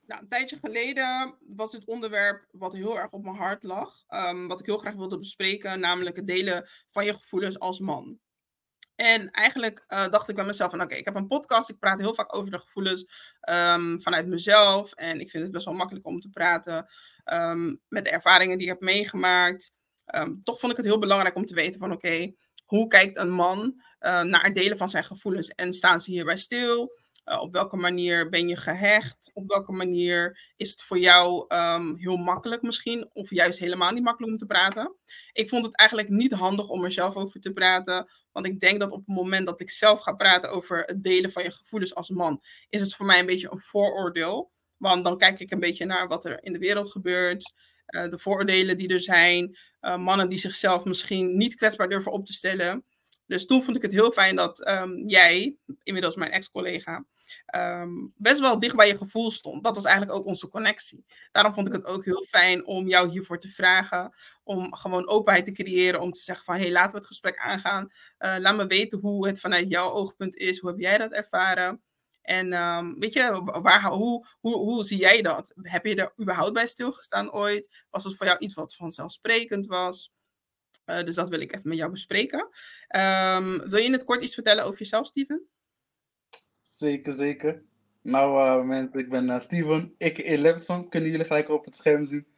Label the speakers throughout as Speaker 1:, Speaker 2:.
Speaker 1: Nou, een tijdje geleden was het onderwerp wat heel erg op mijn hart lag. Wat ik heel graag wilde bespreken, namelijk het delen van je gevoelens als man. En eigenlijk dacht ik bij mezelf van oké, ik heb een podcast, ik praat heel vaak over de gevoelens vanuit mezelf. En ik vind het best wel makkelijk om te praten met de ervaringen die ik heb meegemaakt. Toch vond ik het heel belangrijk om te weten van oké, hoe kijkt een man naar het delen van zijn gevoelens? En staan ze hierbij stil? Op welke manier ben je gehecht? Op welke manier is het voor jou heel makkelijk misschien? Of juist helemaal niet makkelijk om te praten? Ik vond het eigenlijk niet handig om er zelf over te praten. Want ik denk dat op het moment dat ik zelf ga praten over het delen van je gevoelens als man, is het voor mij een beetje een vooroordeel. Want dan kijk ik een beetje naar wat er in de wereld gebeurt. De vooroordelen die er zijn. Mannen die zichzelf misschien niet kwetsbaar durven op te stellen. Dus toen vond ik het heel fijn dat jij, inmiddels mijn ex-collega, best wel dicht bij je gevoel stond. Dat was eigenlijk ook onze connectie. Daarom vond ik het ook heel fijn om jou hiervoor te vragen. Om gewoon openheid te creëren. Om te zeggen van, hey, laten we het gesprek aangaan. Laat me weten hoe het vanuit jouw oogpunt is. Hoe heb jij dat ervaren? En weet je, hoe zie jij dat? Heb je er überhaupt bij stilgestaan ooit? Was het voor jou iets wat vanzelfsprekend was? Dus dat wil ik even met jou bespreken. Wil je in het kort iets vertellen over jezelf, Steven?
Speaker 2: Zeker, zeker. Nou, mensen, ik ben Steven, a.k.a. Levison. Kunnen jullie gelijk op het scherm zien?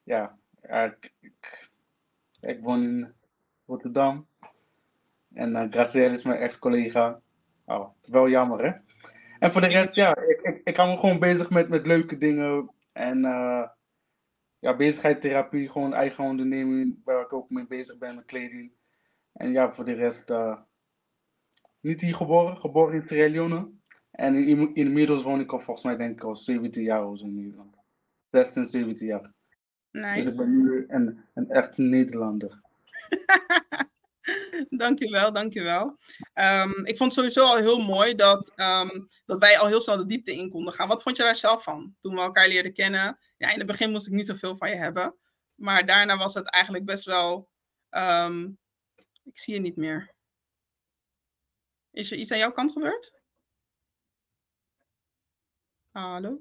Speaker 2: Ja, ik woon in Rotterdam. En Gracielle is mijn ex-collega. Oh, wel jammer, hè? En voor de rest, ja, ik hou me gewoon bezig met leuke dingen. En ja, bezigheidstherapie, gewoon eigen onderneming, waar ik ook mee bezig ben met kleding. En ja, voor de rest, niet hier geboren in Sierra Leone. En inmiddels woon ik al volgens mij denk ik al 17 jaar of zo in Nederland. 16, 17 jaar. Dus ik
Speaker 1: Nice.
Speaker 2: ben nu een echte Nederlander.
Speaker 1: Dankjewel, dankjewel. Ik vond het sowieso al heel mooi dat wij al heel snel de diepte in konden gaan. Wat vond je daar zelf van toen we elkaar leerden kennen? Ja, in het begin moest ik niet zoveel van je hebben. Maar daarna was het eigenlijk best wel... ik zie je niet meer. Is er iets aan jouw kant gebeurd? Hallo?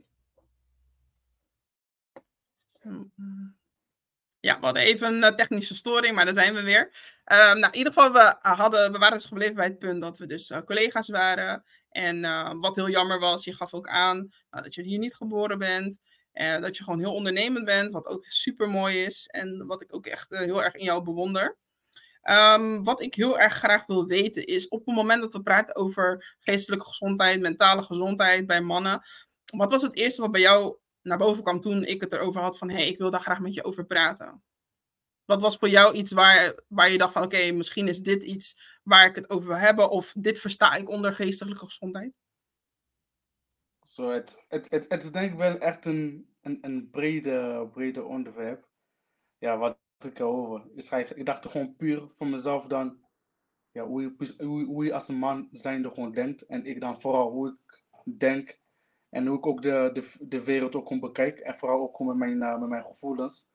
Speaker 1: Ja, we hadden even een technische storing, maar daar zijn we weer. Nou, in ieder geval, we waren dus gebleven bij het punt dat we dus collega's waren. En wat heel jammer was, je gaf ook aan dat je hier niet geboren bent. Dat je gewoon heel ondernemend bent, wat ook super mooi is. En wat ik ook echt heel erg in jou bewonder. Wat ik heel erg graag wil weten is, op het moment dat we praten over geestelijke gezondheid, mentale gezondheid bij mannen. Wat was het eerste wat bij jou naar boven kwam toen ik het erover had van, hey, ik wil daar graag met je over praten? Wat was voor jou iets waar je dacht van, oké, misschien is dit iets waar ik het over wil hebben, of dit versta ik onder geestelijke gezondheid?
Speaker 2: Zo, het is denk ik wel echt een brede onderwerp. Ja, wat ik erover. Ik dacht er gewoon puur voor mezelf dan, ja, hoe je als een man zijnde gewoon denkt. En ik dan vooral hoe ik denk en hoe ik ook de wereld ook gewoon bekijk. En vooral ook gewoon met mijn gevoelens.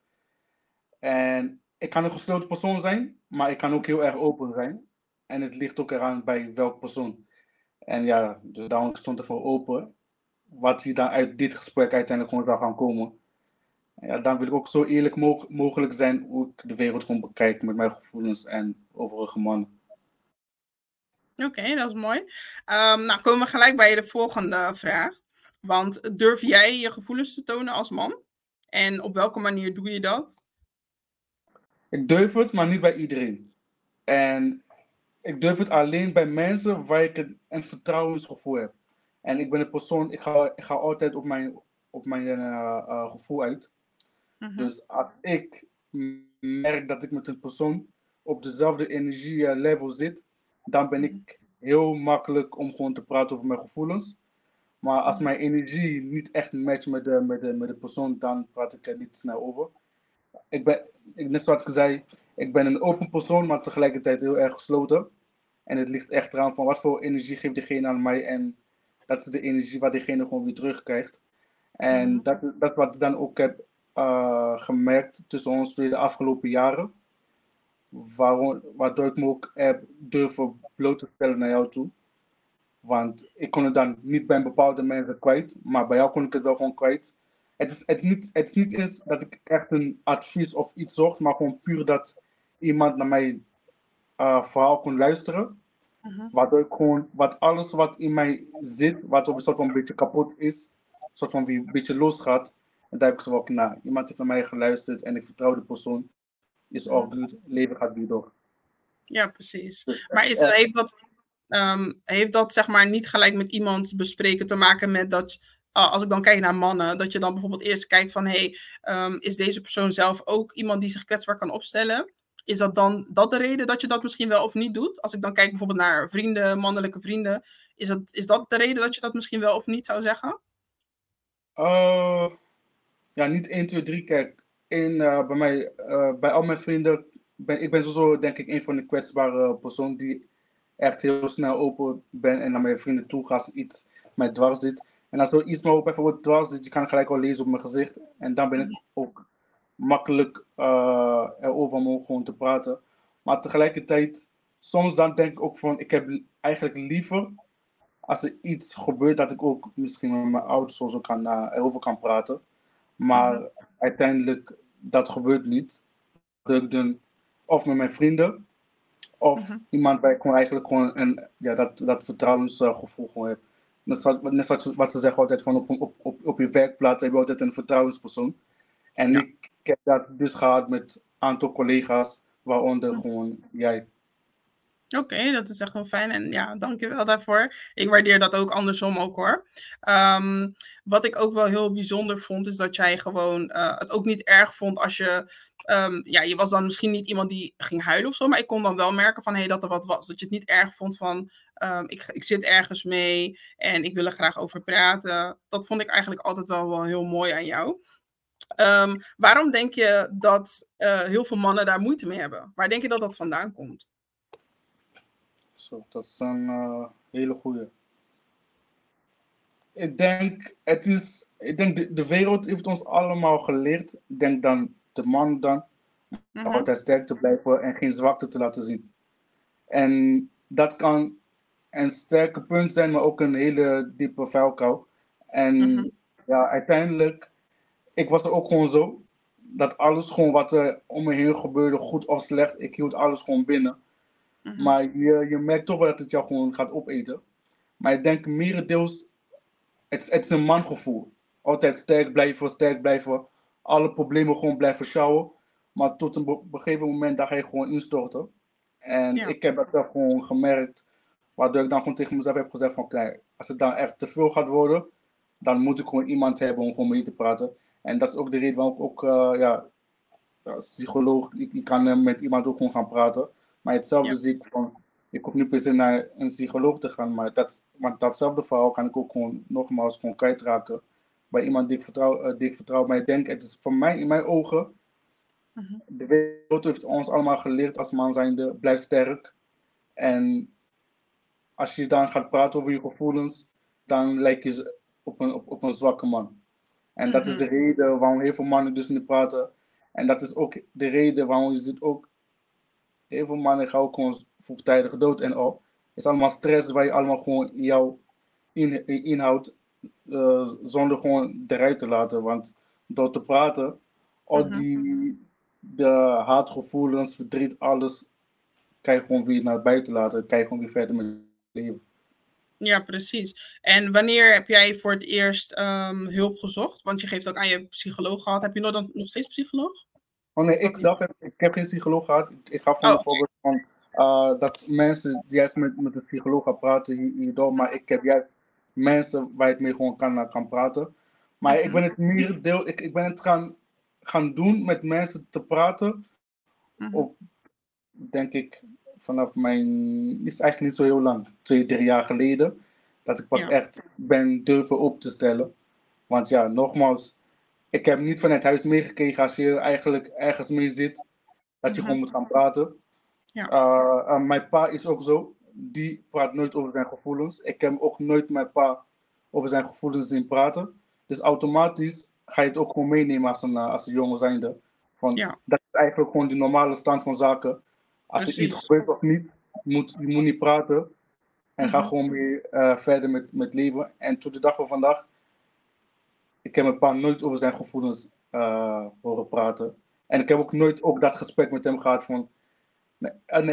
Speaker 2: En ik kan een gesloten persoon zijn, maar ik kan ook heel erg open zijn. En het ligt ook eraan bij welke persoon. En ja, dus daarom stond er voor open. Wat hier dan uit dit gesprek uiteindelijk gewoon zou gaan komen. En ja, dan wil ik ook zo eerlijk mogelijk zijn hoe ik de wereld gewoon bekijk met mijn gevoelens en overige mannen.
Speaker 1: Oké, dat is mooi. Nou, komen we gelijk bij de volgende vraag. Want durf jij je gevoelens te tonen als man? En op welke manier doe je dat?
Speaker 2: Ik durf het, maar niet bij iedereen. En ik durf het alleen bij mensen waar ik een vertrouwensgevoel heb. En ik ben een persoon, ik ga altijd op mijn gevoel uit. Dus als ik merk dat ik met een persoon op dezelfde energielevel zit, dan ben ik heel makkelijk om gewoon te praten over mijn gevoelens. Maar als mijn energie niet echt matcht met de persoon, dan praat ik er niet snel over. Net zoals ik zei, ik ben een open persoon, maar tegelijkertijd heel erg gesloten. En het ligt echt eraan van wat voor energie geeft diegene aan mij. En dat is de energie wat diegene gewoon weer terugkrijgt. En dat is wat ik dan ook heb gemerkt tussen ons twee de afgelopen jaren. Waardoor ik me ook heb durven bloot te stellen naar jou toe. Want ik kon het dan niet bij bepaalde mensen kwijt. Maar bij jou kon ik het wel gewoon kwijt. het is niet eens dat ik echt een advies of iets zocht, maar gewoon puur dat iemand naar mijn verhaal kon luisteren.
Speaker 1: Mhm.
Speaker 2: Waardoor ik gewoon, alles wat in mij zit, wat op een soort van een beetje kapot is, een soort van wie een beetje losgaat. En daar heb ik gezegd, nou, iemand heeft naar mij geluisterd en ik vertrouw de persoon. Is all
Speaker 1: Mhm.
Speaker 2: good, leven gaat weer door.
Speaker 1: Ja, precies.
Speaker 2: Dus
Speaker 1: Maar
Speaker 2: het is echt,
Speaker 1: heeft dat zeg maar niet gelijk met iemand bespreken te maken met dat, als ik dan kijk naar mannen, dat je dan bijvoorbeeld eerst kijkt van, is deze persoon zelf ook iemand die zich kwetsbaar kan opstellen? Is dat dan de reden dat je dat misschien wel of niet doet? Als ik dan kijk bijvoorbeeld naar vrienden, mannelijke vrienden, is dat de reden dat je dat misschien wel of niet zou zeggen?
Speaker 2: ja, niet 1, 2, 3. Kijk, bij mij, bij al mijn vrienden, ik ben sowieso denk ik een van de kwetsbare personen die echt heel snel open ben en naar mijn vrienden toe ga als iets mij dwars zit. En als er iets me ook bijvoorbeeld dwars zit, je kan gelijk al lezen op mijn gezicht. En dan ben ik ook makkelijk erover om gewoon te praten. Maar tegelijkertijd, soms dan denk ik ook van, ik heb eigenlijk liever als er iets gebeurt dat ik ook misschien met mijn ouders of zo erover kan praten.
Speaker 1: Mhm.
Speaker 2: Maar uiteindelijk, dat gebeurt niet. Dat ik dan of met mijn vrienden, of
Speaker 1: Mhm.
Speaker 2: iemand waar ik gewoon eigenlijk gewoon ja, dat vertrouwensgevoel gewoon heb. Net wat ze zeggen altijd van op je werkplaats heb je altijd een vertrouwenspersoon. En
Speaker 1: Ja.
Speaker 2: ik heb dat dus gehad met een aantal collega's, waaronder gewoon jij.
Speaker 1: Oké, dat is echt wel fijn en ja, dankjewel daarvoor. Ik waardeer dat ook andersom ook hoor. Wat ik ook wel heel bijzonder vond, is dat jij gewoon het ook niet erg vond als je... ja, je was dan misschien niet iemand die ging huilen of zo, maar ik kon dan wel merken van dat er wat was. Dat je het niet erg vond van, ik zit ergens mee en ik wil er graag over praten. Dat vond ik eigenlijk altijd wel heel mooi aan jou. Waarom denk je dat heel veel mannen daar moeite mee hebben? Waar denk je dat dat vandaan komt?
Speaker 2: Zo, dat is een hele goede. Ik denk de wereld heeft ons allemaal geleerd. Ik denk dan de man dan
Speaker 1: Mhm.
Speaker 2: altijd sterk te blijven en geen zwakte te laten zien. En dat kan een sterke punt zijn, maar ook een hele diepe vuilkou. En
Speaker 1: Mhm.
Speaker 2: ja, uiteindelijk, ik was er ook gewoon zo. Dat alles gewoon wat er om me heen gebeurde, goed of slecht, ik hield alles gewoon binnen.
Speaker 1: Mhm.
Speaker 2: Maar je merkt toch wel dat het jou gewoon gaat opeten. Maar ik denk merendeels, het is een mangevoel. Altijd sterk blijven, alle problemen gewoon blijven sjouwen. Maar tot een gegeven moment dat ga je gewoon instorten. En
Speaker 1: Ja.
Speaker 2: ik heb dat wel gewoon gemerkt, waardoor ik dan gewoon tegen mezelf heb gezegd van, kijk, als het dan echt te veel gaat worden, dan moet ik gewoon iemand hebben om gewoon mee te praten. En dat is ook de reden waarom ik ook, ja, psycholoog, ik kan met iemand ook gewoon gaan praten. Maar hetzelfde
Speaker 1: Ja.
Speaker 2: zie ik van, ik hoef niet per se naar een psycholoog te gaan, want datzelfde verhaal kan ik ook gewoon nogmaals gewoon kwijtraken bij iemand die ik vertrouw. Maar ik denk, het is voor mij, in mijn ogen,
Speaker 1: Mhm.
Speaker 2: de wereld heeft ons allemaal geleerd als man zijnde, blijf sterk. En als je dan gaat praten over je gevoelens, dan lijk je op een zwakke man. En dat is
Speaker 1: Mhm.
Speaker 2: de reden waarom heel veel mannen dus niet praten. En dat is ook de reden waarom je ziet ook heel veel mannen gaan ook gewoon vroegtijdige dood en al. Het is allemaal stress waar je allemaal gewoon in jouw inhoud zonder gewoon eruit te laten. Want door te praten, al
Speaker 1: Mhm.
Speaker 2: de haatgevoelens, verdriet, alles, kan je gewoon weer naar buiten laten. Kan je gewoon weer verder met je leven.
Speaker 1: Ja, precies. En wanneer heb jij voor het eerst hulp gezocht? Want je geeft ook aan je psycholoog gehad. Heb je nog steeds psycholoog?
Speaker 2: Oh nee,
Speaker 1: Of niet?
Speaker 2: ik heb geen psycholoog gehad. Ik gaf
Speaker 1: Oh,
Speaker 2: gewoon een
Speaker 1: oké.
Speaker 2: voorbeeld van dat mensen juist met een psycholoog gaan praten hierdoor. Maar ik heb juist mensen waar ik mee gewoon kan praten. Maar ik
Speaker 1: Mhm.
Speaker 2: ben het meer deel, ik ben het gaan doen met mensen te praten.
Speaker 1: Mhm.
Speaker 2: Op, denk ik, vanaf is eigenlijk niet zo heel lang, 2, 3 jaar geleden. Dat ik pas
Speaker 1: Ja.
Speaker 2: echt ben durven op te stellen. Want ja, nogmaals, ik heb niet vanuit huis meegekregen als je eigenlijk ergens mee zit, dat je
Speaker 1: Mhm.
Speaker 2: gewoon moet gaan praten.
Speaker 1: Ja.
Speaker 2: Mijn pa is ook zo. Die praat nooit over zijn gevoelens. Ik heb ook nooit mijn pa over zijn gevoelens zien praten. Dus automatisch ga je het ook gewoon meenemen als een jongen zijnde. Van,
Speaker 1: Ja.
Speaker 2: dat is eigenlijk gewoon de normale stand van zaken. Als er iets
Speaker 1: Precies.
Speaker 2: gebeurt of niet, je moet niet praten. En ga
Speaker 1: Mhm.
Speaker 2: gewoon weer verder met leven. En tot de dag van vandaag, ik heb mijn pa nooit over zijn gevoelens horen praten. En ik heb ook nooit ook dat gesprek met hem gehad van... Nee,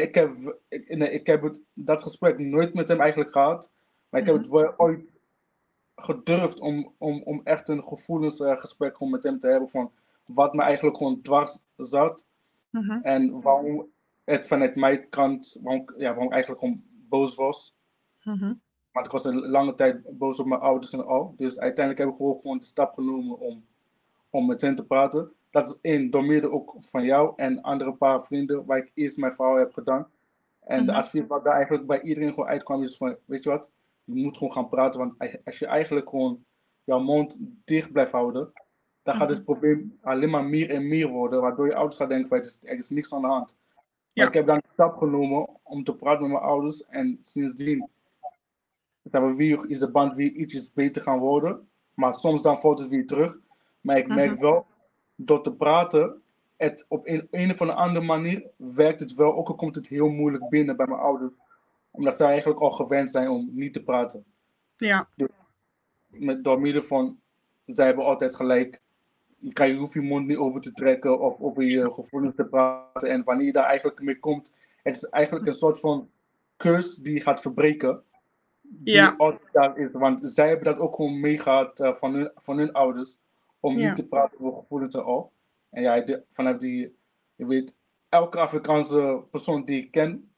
Speaker 2: ik heb dat gesprek nooit met hem eigenlijk gehad. Maar ik heb het wel ooit gedurfd om echt een gevoelensgesprek gewoon met hem te hebben van wat me eigenlijk gewoon dwars zat. En waarom het vanuit mijn kant, waarom ik eigenlijk gewoon boos was. Want ik was een lange tijd boos op mijn ouders en al. Dus uiteindelijk heb ik gewoon de stap genomen om met hen te praten. Dat is één, door middel ook van jou en andere paar vrienden, waar ik eerst mijn verhaal heb gedaan. En de advies wat daar eigenlijk bij iedereen gewoon uitkwam is van, weet je wat, je moet gewoon gaan praten. Want als je eigenlijk gewoon jouw mond dicht blijft houden, dan gaat het probleem alleen maar meer en meer worden. Waardoor je ouders gaan denken, er is niks aan de hand. Maar ik heb dan de stap genomen om te praten met mijn ouders. En sindsdien is de band weer ietsjes beter gaan worden. Maar soms dan valt het weer terug. Maar ik merk wel, door te praten, het op een of andere manier werkt het wel. Ook al komt het heel moeilijk binnen bij mijn ouders. Omdat zij eigenlijk al gewend zijn om niet te praten.
Speaker 1: Ja.
Speaker 2: Dus door middel van, zij hebben altijd gelijk. Je hoeft je mond niet open te trekken of over je gevoelens te praten. En wanneer je daar eigenlijk mee komt, het is eigenlijk een soort van curse die je gaat verbreken. Die altijd daar is. Want zij hebben dat ook gewoon meegehad van hun ouders. Om niet te praten over gevoelens en al. En ja, vanuit je weet, elke Afrikaanse persoon die ik ken,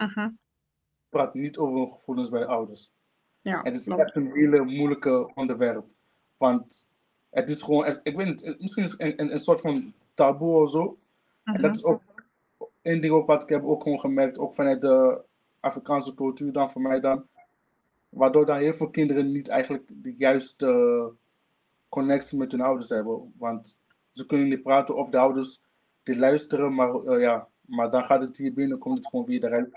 Speaker 2: praat niet over hun gevoelens bij de ouders.
Speaker 1: Ja,
Speaker 2: het is echt een hele moeilijke onderwerp. Want het is gewoon, ik weet niet, misschien is het een soort van taboe of zo. En dat is ook één ding ook wat ik heb ook gewoon gemerkt, ook vanuit de Afrikaanse cultuur dan, voor mij dan. Waardoor dan heel veel kinderen niet eigenlijk de juiste connectie met hun ouders hebben. Want ze kunnen niet praten of de ouders die luisteren, maar dan gaat het hier binnen, komt het gewoon weer eruit.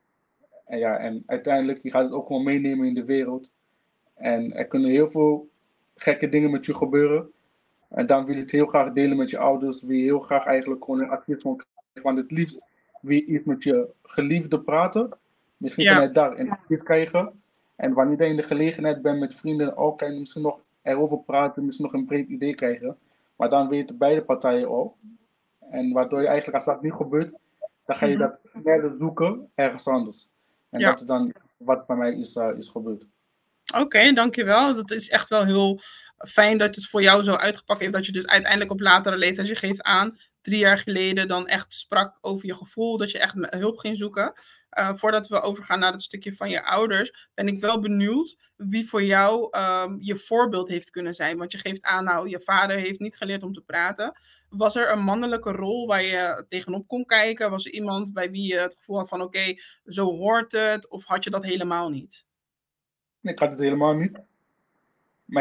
Speaker 2: En uiteindelijk, je gaat het ook gewoon meenemen in de wereld. En er kunnen heel veel gekke dingen met je gebeuren. En dan wil je het heel graag delen met je ouders. Wil je heel graag eigenlijk gewoon een advies van krijgen. Want het liefst wil je iets met je geliefde praten. Misschien vanuit daar een advies krijgen. En wanneer je in de gelegenheid bent met vrienden, kan je misschien nog erover praten. Misschien nog een breed idee krijgen. Maar dan weten beide partijen al. En waardoor je eigenlijk, als dat niet gebeurt, dan ga je dat sneller zoeken ergens anders. En dat is dan wat bij mij is gebeurd.
Speaker 1: Oké, dankjewel. Dat is echt wel heel fijn dat het voor jou zo uitgepakt heeft. Dat je dus uiteindelijk op latere leeftijd, je geeft aan, 3 jaar geleden dan echt sprak over je gevoel. Dat je echt hulp ging zoeken. Voordat we overgaan naar het stukje van je ouders, ben ik wel benieuwd wie voor jou je voorbeeld heeft kunnen zijn. Want je geeft aan, nou, je vader heeft niet geleerd om te praten. Was er een mannelijke rol waar je tegenop kon kijken? Was er iemand bij wie je het gevoel had van oké, zo hoort het? Of had je dat helemaal niet?
Speaker 2: Nee, ik had het helemaal niet. Maar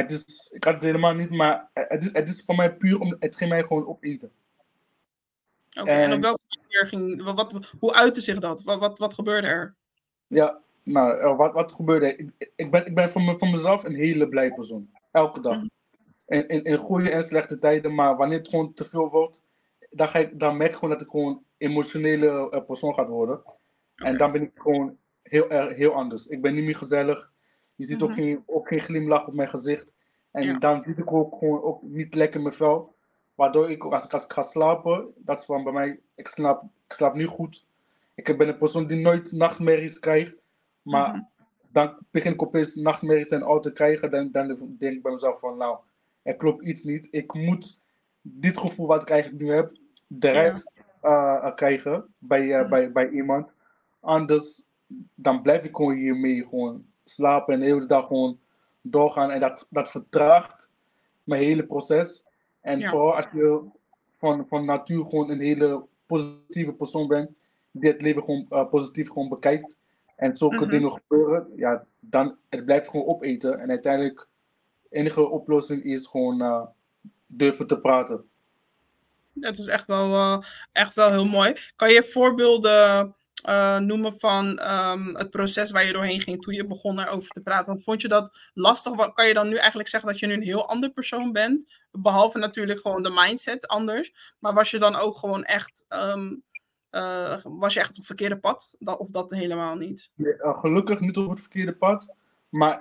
Speaker 2: het is voor mij puur het ging mij gewoon opeten.
Speaker 1: Oké, en op welke manier hoe uitte zich dat? Wat gebeurde er?
Speaker 2: Ja, nou, wat gebeurde? Ik ben van mezelf een hele blij persoon. Elke dag. In goede en slechte tijden, maar wanneer het gewoon te veel wordt, dan merk ik gewoon dat ik gewoon een emotionele persoon gaat worden. En dan ben ik gewoon heel anders. Ik ben niet meer gezellig. Je ziet ook geen glimlach op mijn gezicht. En dan zit ik ook gewoon ook niet lekker in mijn vel. Waardoor ik, als ik ga slapen, dat is van bij mij, ik slaap nu goed. Ik ben een persoon die nooit nachtmerries krijgt. Maar dan begin ik opeens nachtmerries en al te krijgen. Dan denk ik bij mezelf van, nou, er klopt iets niet. Ik moet dit gevoel wat ik eigenlijk nu heb, direct krijgen bij iemand. Anders dan blijf ik gewoon hiermee gewoon slapen en de hele dag gewoon doorgaan. En dat vertraagt mijn hele proces. En vooral als je van natuur gewoon een hele positieve persoon bent, die het leven gewoon positief gewoon bekijkt. En zulke dingen gebeuren, ja, dan het blijft gewoon opeten. En uiteindelijk, de enige oplossing is gewoon durven te praten.
Speaker 1: Dat is echt wel heel mooi. Kan je voorbeelden noemen van het proces waar je doorheen ging toen je begon erover te praten? Want vond je dat lastig? Kan je dan nu eigenlijk zeggen dat je nu een heel ander persoon bent? Behalve natuurlijk gewoon de mindset anders. Maar was je dan ook gewoon echt... was je echt op het verkeerde pad? Of dat helemaal niet?
Speaker 2: Nee, gelukkig niet op het verkeerde pad. Maar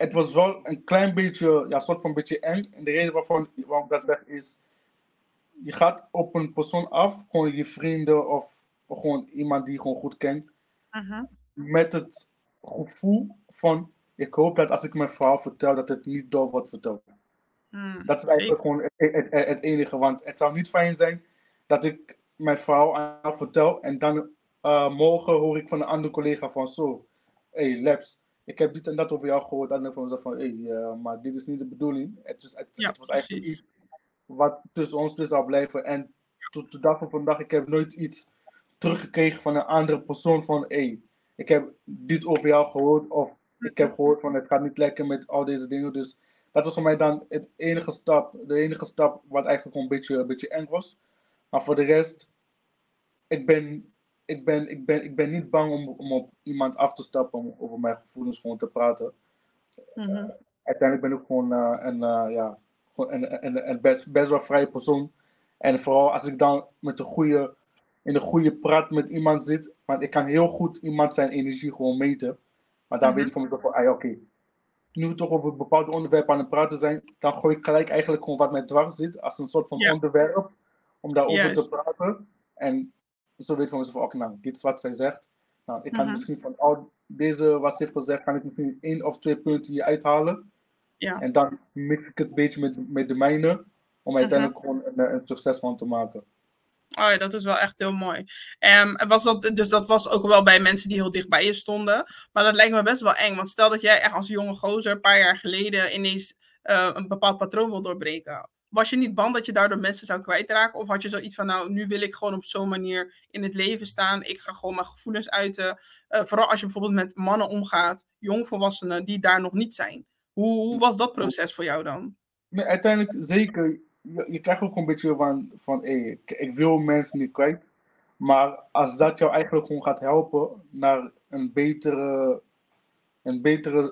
Speaker 2: het was wel een klein beetje, ja, soort van beetje eng. En de reden waarom ik dat zeg is, je gaat op een persoon af, gewoon je vrienden of gewoon iemand die je gewoon goed kent,
Speaker 1: Mhm.
Speaker 2: met het gevoel van, ik hoop dat als ik mijn verhaal vertel, dat het niet door wordt verteld. Dat is eigenlijk
Speaker 1: Zeker.
Speaker 2: gewoon het enige, want het zou niet fijn zijn dat ik mijn verhaal aan jou vertel en dan morgen hoor ik van een andere collega van zo, hey Leps, ik heb dit en dat over jou gehoord. Dan denk ik van mezelf van, hey, maar dit is niet de bedoeling.
Speaker 1: Ja,
Speaker 2: Het was eigenlijk iets
Speaker 1: precies.
Speaker 2: wat tussen ons dus zou blijven. En tot de dag van vandaag, ik heb nooit iets teruggekregen van een andere persoon van, hey, ik heb dit over jou gehoord of ik
Speaker 1: Mhm.
Speaker 2: heb gehoord van het gaat niet lekker met al deze dingen. Dus dat was voor mij dan de enige stap wat eigenlijk gewoon een beetje eng was. Maar voor de rest, ik ben, ik ben niet bang om op iemand af te stappen om over mijn gevoelens gewoon te praten.
Speaker 1: Mhm.
Speaker 2: Uiteindelijk ben ik gewoon ja, gewoon een best wel vrije persoon. En vooral als ik dan in de goede praat met iemand zit, want ik kan heel goed iemand zijn energie gewoon meten. Maar dan weet
Speaker 1: Mhm.
Speaker 2: ik van mezelf van, oké, nu we toch over een bepaald onderwerp aan het praten zijn, dan gooi ik gelijk eigenlijk gewoon wat mij dwars zit, als een soort van
Speaker 1: Ja,
Speaker 2: onderwerp, om daarover te
Speaker 1: juist.
Speaker 2: praten. En zo weet ik van mezelf van, oké, nou, dit is wat zij zegt. Nou, ik kan
Speaker 1: Mhm.
Speaker 2: misschien van deze wat ze heeft gezegd, kan ik misschien 1 of 2 punten hier uithalen.
Speaker 1: Ja.
Speaker 2: En dan mix ik het een beetje met de mijne, om
Speaker 1: Mhm.
Speaker 2: uiteindelijk gewoon een succes van te maken.
Speaker 1: Oh ja, dat is wel echt heel mooi. Was dat, dus dat was ook wel bij mensen die heel dicht bij je stonden. Maar dat lijkt me best wel eng. Want stel dat jij echt als jonge gozer een paar jaar geleden ineens een bepaald patroon wil doorbreken. Was je niet bang dat je daardoor mensen zou kwijtraken? Of had je zoiets van, nou, nu wil ik gewoon op zo'n manier in het leven staan. Ik ga gewoon mijn gevoelens uiten. Vooral als je bijvoorbeeld met mannen omgaat, jongvolwassenen die daar nog niet zijn. Hoe was dat proces voor jou dan?
Speaker 2: Maar uiteindelijk zeker, je krijgt ook een beetje van hey, ik wil mensen niet kwijt. Maar als dat jou eigenlijk gewoon gaat helpen naar een betere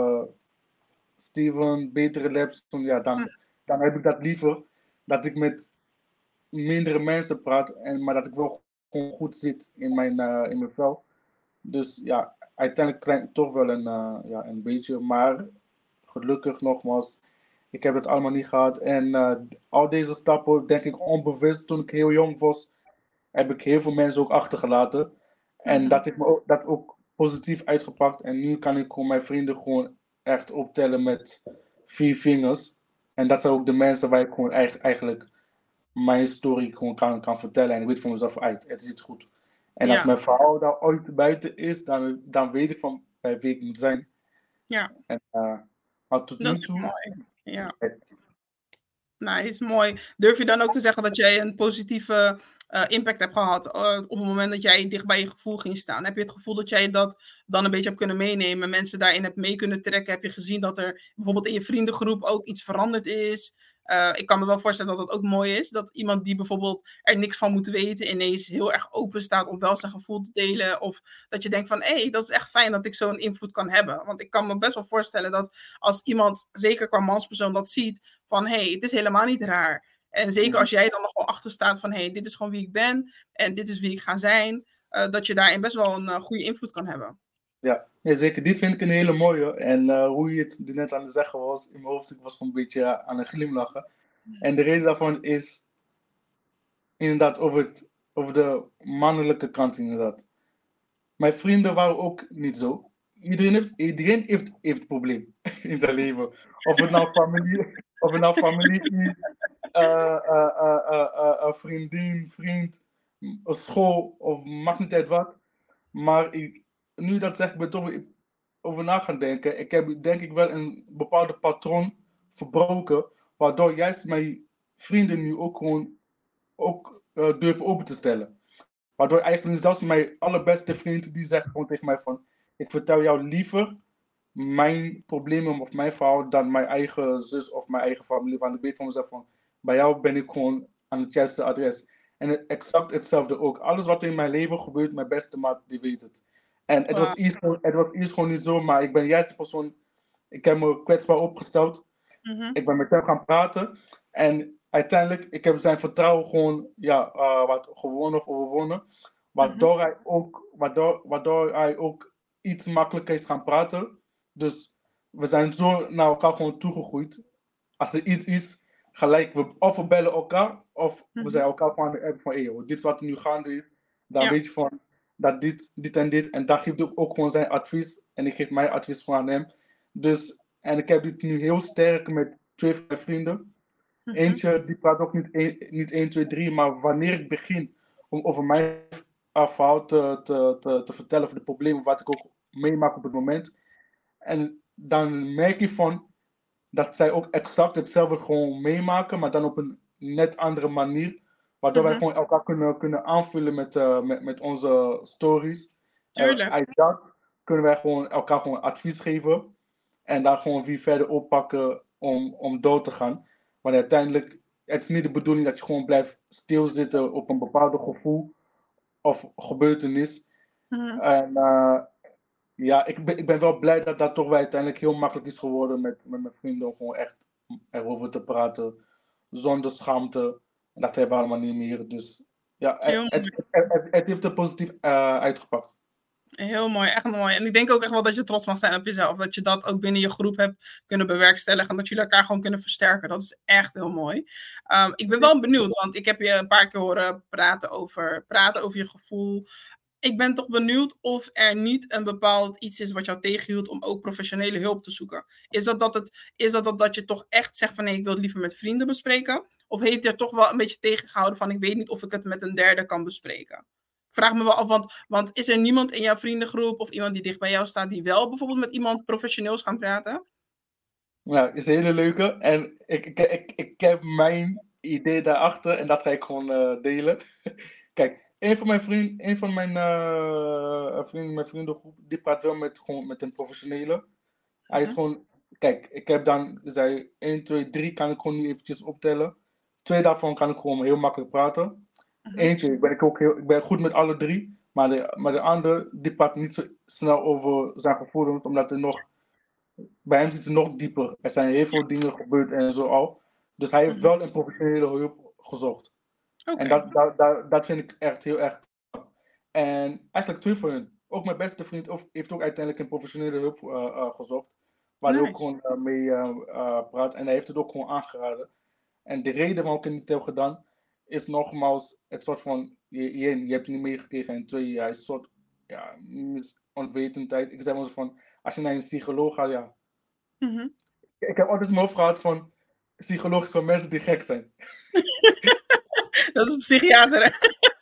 Speaker 2: Steven, betere labs, ja, dan heb ik dat liever. Dat ik met mindere mensen praat, maar dat ik wel gewoon goed zit in mijn vel. Dus ja, uiteindelijk krijg ik toch wel ja, een beetje. Maar gelukkig nogmaals, ik heb het allemaal niet gehad. En al deze stappen, denk ik onbewust, toen ik heel jong was, heb ik heel veel mensen ook achtergelaten. En
Speaker 1: Mhm.
Speaker 2: dat heeft me ook, dat ook positief uitgepakt. En nu kan ik gewoon mijn vrienden gewoon echt optellen met 4 vingers. En dat zijn ook de mensen waar ik gewoon eigenlijk mijn story gewoon kan vertellen. En ik weet van mezelf uit, het zit goed. En als
Speaker 1: Ja,
Speaker 2: mijn verhaal daar ooit buiten is, dan weet ik van bij wie ik moet zijn.
Speaker 1: ja,
Speaker 2: En, maar tot
Speaker 1: dat
Speaker 2: nu
Speaker 1: is echt
Speaker 2: toe,
Speaker 1: mooi. Ja.
Speaker 2: eh,
Speaker 1: Nice, mooi. Durf je dan ook te zeggen dat jij een positieve impact hebt gehad op het moment dat jij dicht bij je gevoel ging staan? Heb je het gevoel dat jij dat dan een beetje hebt kunnen meenemen, mensen daarin hebt mee kunnen trekken? Heb je gezien dat er bijvoorbeeld in je vriendengroep ook iets veranderd is? Ik kan me wel voorstellen dat het ook mooi is dat iemand die bijvoorbeeld er niks van moet weten ineens heel erg open staat om wel zijn gevoel te delen. Of dat je denkt van, hé, dat is echt fijn dat ik zo'n invloed kan hebben. Want ik kan me best wel voorstellen dat als iemand, zeker qua manspersoon, dat ziet van, hé, het is helemaal niet raar. En zeker als jij dan nog wel achter staat van, hé, dit is gewoon wie ik ben en dit is wie ik ga zijn, dat je daarin best wel een goede invloed kan hebben.
Speaker 2: ja, nee, zeker. Dit vind ik een hele mooie. En hoe je het net aan het zeggen was, in mijn hoofd, ik was gewoon een beetje aan het glimlachen. En de reden daarvan is inderdaad over de mannelijke kant inderdaad. Mijn vrienden waren ook niet zo. Iedereen heeft een probleem in zijn leven. Of het nou familie is, een vriendin, vriend, een school of mag niet uit wat. Maar nu je dat zegt, ben ik toch weer over na gaan denken. Ik heb denk ik wel een bepaalde patroon verbroken, waardoor juist mijn vrienden nu ook gewoon durven open te stellen. Waardoor eigenlijk zelfs mijn allerbeste vriend, die zegt gewoon tegen mij van, ik vertel jou liever mijn problemen of mijn verhaal dan mijn eigen zus of mijn eigen familie. Want ik weet van mezelf van, bij jou ben ik gewoon aan het juiste adres. En exact hetzelfde ook. Alles wat in mijn leven gebeurt, mijn beste maat, die weet het. En
Speaker 1: Wow.
Speaker 2: het was eerst gewoon niet zo, maar ik ben juist de persoon, ik heb me kwetsbaar opgesteld.
Speaker 1: Mhm.
Speaker 2: Ik ben met hem gaan praten. En uiteindelijk, ik heb zijn vertrouwen gewoon ja, wat gewonnen of overwonnen.
Speaker 1: Mhm.
Speaker 2: Waardoor hij ook iets makkelijker is gaan praten. Dus we zijn zo naar elkaar gewoon toegegroeid. Als er iets is, gelijk, of we bellen elkaar, of we zijn elkaar gewoon aan de app van, hey, joh, dit is wat er nu gaande is. Dan
Speaker 1: Ja.
Speaker 2: weet je van, dat dit en dit. En dan geeft hij ook gewoon zijn advies. En ik geef mijn advies gewoon aan hem. Dus, en ik heb dit nu heel sterk met 2 van mijn vrienden. Eentje, die praat ook niet 1, 2, 3, maar wanneer ik begin om over mijn verhaal te vertellen, over de problemen wat ik ook meemaak op het moment. En dan merk je van dat zij ook exact hetzelfde gewoon meemaken, maar dan op een net andere manier. Waardoor wij gewoon elkaar kunnen aanvullen met onze stories.
Speaker 1: Tuurlijk.
Speaker 2: Uit dat kunnen wij gewoon elkaar gewoon advies geven. En dan gewoon weer verder oppakken om door te gaan. Want uiteindelijk, het is niet de bedoeling dat je gewoon blijft stilzitten op een bepaald gevoel of gebeurtenis. En ja, ik ben wel blij dat dat toch wel uiteindelijk heel makkelijk is geworden met mijn vrienden om gewoon echt erover te praten. Zonder schaamte. En dat hebben we allemaal niet meer. Dus ja,
Speaker 1: Heel
Speaker 2: het heeft er positief uitgepakt.
Speaker 1: Heel mooi, echt mooi. En ik denk ook echt wel dat je trots mag zijn op jezelf. Dat je dat ook binnen je groep hebt kunnen bewerkstelligen. En dat jullie elkaar gewoon kunnen versterken. Dat is echt heel mooi. Ik ben wel benieuwd, want ik heb je een paar keer horen praten over je gevoel. Ik ben toch benieuwd of er niet een bepaald iets is wat jou tegenhield om ook professionele hulp te zoeken. Is dat je toch echt zegt van nee, ik wil het liever met vrienden bespreken? Of heeft je er toch wel een beetje tegengehouden van ik weet niet of ik het met een derde kan bespreken? Ik vraag me wel af, want is er niemand in jouw vriendengroep of iemand die dicht bij jou staat die wel bijvoorbeeld met iemand professioneels gaan praten?
Speaker 2: Nou, is een hele leuke. En ik heb mijn idee daarachter en dat ga ik gewoon delen. Kijk, een van mijn vrienden, mijn vriendengroep, die praat wel gewoon met een professionele. Hij is gewoon, kijk, ik heb dan, zei 1, 2, 3 kan ik gewoon nu eventjes optellen. 2 daarvan kan ik gewoon heel makkelijk praten. Eentje, ik ben goed met alle 3, maar de andere, die praat niet zo snel over zijn gevoelens, omdat bij hem zit het nog dieper. Er zijn heel veel dingen gebeurd en zo al. Dus hij heeft wel een professionele hulp gezocht. En dat vind ik echt heel erg. En eigenlijk 2 van hen. Ook mijn beste vriend heeft ook uiteindelijk een professionele hulp gezocht. Waar hij ook gewoon mee praat. En hij heeft het ook gewoon aangeraden. En de reden waarom ik het niet heb gedaan, is nogmaals het soort van, je hebt het niet meegekregen. En 2, hij is een soort, ja, onwetendheid. Ik zeg maar zo van, als je naar een psycholoog gaat, ja. Ik heb altijd mijn hoofd gehad van, psycholoog is voor mensen die gek zijn.
Speaker 1: Dat is een psychiater, hè?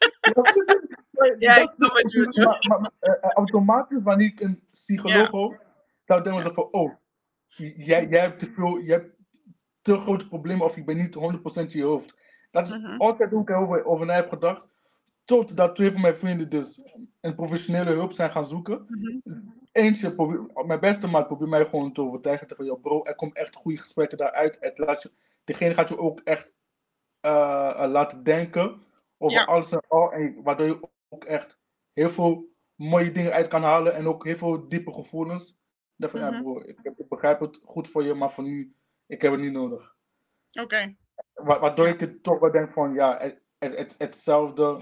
Speaker 1: Ja, ik snap wat je bedoelt.
Speaker 2: Maar automatisch, wanneer ik een psycholoog hoor, dan denken ze van, oh, jij hebt je hebt te grote problemen of je bent niet 100% in je hoofd. Dat is altijd hoe ik erover na heb gedacht. Totdat 2 van mijn vrienden dus een professionele hulp zijn gaan zoeken. Eentje, mijn beste maat, probeert mij gewoon te overtuigen. Van, yo, bro, er komen echt goede gesprekken daaruit. Degene gaat je ook echt laten denken over alles en al. En waardoor je ook echt heel veel mooie dingen uit kan halen. En ook heel veel diepe gevoelens. Dan van, ja bro, ik begrijp het goed voor je, maar voor nu, ik heb het niet nodig.
Speaker 1: Oké.
Speaker 2: Waardoor ik het toch wel denk van, ja, hetzelfde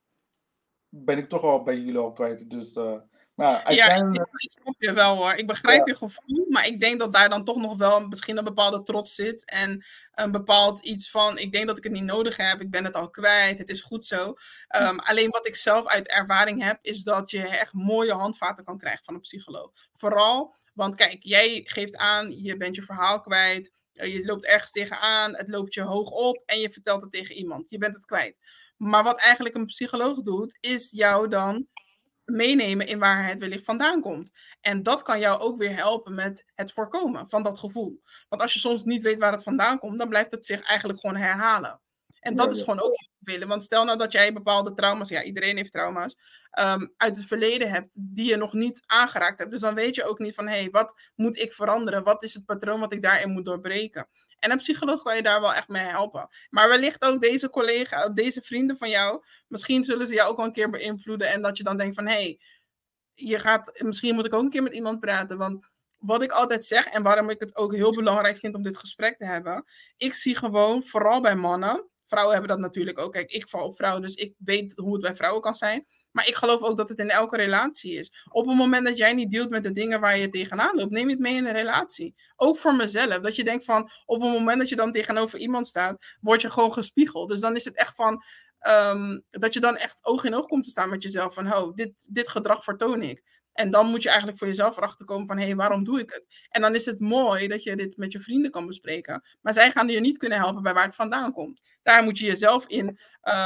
Speaker 2: ben ik toch al bij jullie al kwijt. Dus, maar uiteindelijk...
Speaker 1: ik snap je wel hoor. Ik begrijp je gevoel, maar ik denk dat daar dan toch nog wel misschien een bepaalde trots zit. En een bepaald iets van, ik denk dat ik het niet nodig heb, ik ben het al kwijt, het is goed zo. Alleen wat ik zelf uit ervaring heb, is dat je echt mooie handvaten kan krijgen van een psycholoog. Vooral, want kijk, jij geeft aan, je bent je verhaal kwijt, je loopt ergens tegenaan, het loopt je hoog op en je vertelt het tegen iemand. Je bent het kwijt. Maar wat eigenlijk een psycholoog doet, is jou dan meenemen in waar het wellicht vandaan komt. En dat kan jou ook weer helpen met het voorkomen van dat gevoel. Want als je soms niet weet waar het vandaan komt, dan blijft het zich eigenlijk gewoon herhalen. En dat is gewoon ook vervelend. Want stel nou dat jij bepaalde trauma's, ja, iedereen heeft trauma's, uit het verleden hebt, die je nog niet aangeraakt hebt. Dus dan weet je ook niet van, hé, wat moet ik veranderen? Wat is het patroon wat ik daarin moet doorbreken? En een psycholoog kan je daar wel echt mee helpen. Maar wellicht ook deze collega, deze vrienden van jou, misschien zullen ze jou ook wel een keer beïnvloeden. En dat je dan denkt van, hé, misschien moet ik ook een keer met iemand praten. Want wat ik altijd zeg, en waarom ik het ook heel belangrijk vind om dit gesprek te hebben. Ik zie gewoon, vooral bij mannen, vrouwen hebben dat natuurlijk ook. Kijk, ik val op vrouwen, dus ik weet hoe het bij vrouwen kan zijn. Maar ik geloof ook dat het in elke relatie is. Op het moment dat jij niet dealt met de dingen waar je tegenaan loopt, neem je het mee in een relatie. Ook voor mezelf. Dat je denkt van, op het moment dat je dan tegenover iemand staat, word je gewoon gespiegeld. Dus dan is het echt van, dat je dan echt oog in oog komt te staan met jezelf. Van, oh, dit gedrag vertoon ik. En dan moet je eigenlijk voor jezelf erachter komen van, hé, waarom doe ik het? En dan is het mooi dat je dit met je vrienden kan bespreken. Maar zij gaan je niet kunnen helpen bij waar het vandaan komt. Daar moet je jezelf in,